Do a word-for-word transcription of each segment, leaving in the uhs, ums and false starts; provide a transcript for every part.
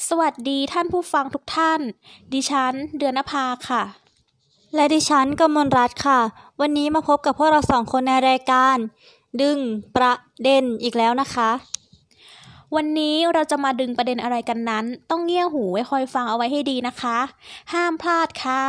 สวัสดีท่านผู้ฟังทุกท่าน ดิฉันเดือนนภาค่ะและดิฉันกมลรัตน์ค่ะ วันนี้มาพบกับพวกเราสองคนในรายการ ดึงประเด็นอีกแล้วนะคะวันนี้เราจะมาดึงประเด็นอะไรกันนั้น ต้องเงี่ยหูไว้คอยฟังเอาไว้ให้ดีนะคะ ห้ามพลาดค่ะ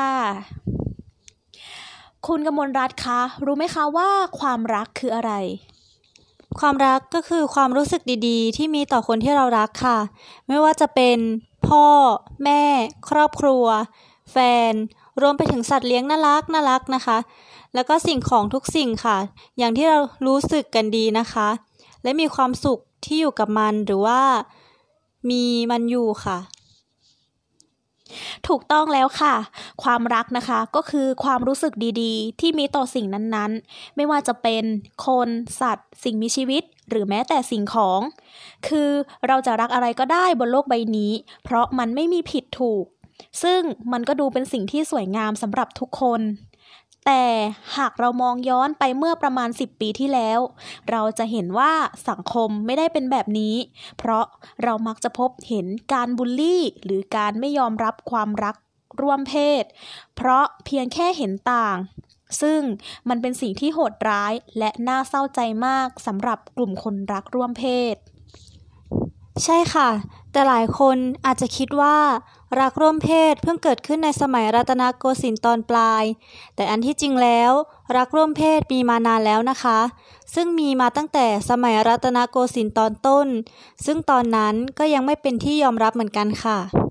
คุณกมลรัตน์คะรู้ไหมคะว่าความรักคืออะไรความรักก็คือความรู้สึกดีๆที่มีต่อคนที่เรารักค่ะ ไม่ว่าจะเป็นพ่อ แม่ ครอบครัว แฟน รวมไปถึงสัตว์เลี้ยงน่ารักน่ารักนะคะ แล้วก็สิ่งของทุกสิ่งค่ะ อย่างที่เรารู้สึกกันดีนะคะ และมีความสุขที่อยู่กับมันหรือว่ามีมันอยู่ค่ะถูกต้องแล้วค่ะ ความรักนะคะก็คือความรู้สึกดีๆที่มีต่อสิ่งนั้นๆไม่ว่าจะเป็นคนสัตว์สิ่งมีชีวิตหรือแม้แต่สิ่งของคือเราจะรักอะไรก็ได้บนโลกใบนี้เพราะมันไม่มีผิดถูกซึ่งมันก็ดูเป็นสิ่งที่สวยงามสำหรับทุกคนแต่หากเรามองย้อนไปเมื่อประมาณสิบปีที่แล้วเราจะเห็นว่าสังคมไม่ได้เป็นแบบนี้เพราะเรามักจะพบเห็นการบูลลี่หรือการไม่ยอมรับความรักร่วมเพศเพราะเพียงแค่เห็นต่างซึ่งมันเป็นสิ่งที่โหดร้ายและน่าเศร้าใจมากสำหรับกลุ่มคนรักร่วมเพศใช่ค่ะแต่หลายคนอาจจะคิดว่ารักร่วมเพศเพิ่งเกิดขึ้นในสมัยรัตนโกสินทร์ตอนปลายแต่อันที่จริงแล้วรักร่วมเพศมีมานานแล้วนะคะซึ่งมีมาตั้งแต่สมัยรัตนโกสินทร์ตอนต้นซึ่งตอนนั้นก็ยังไม่เป็นที่ยอมรับเหมือนกันค่ะ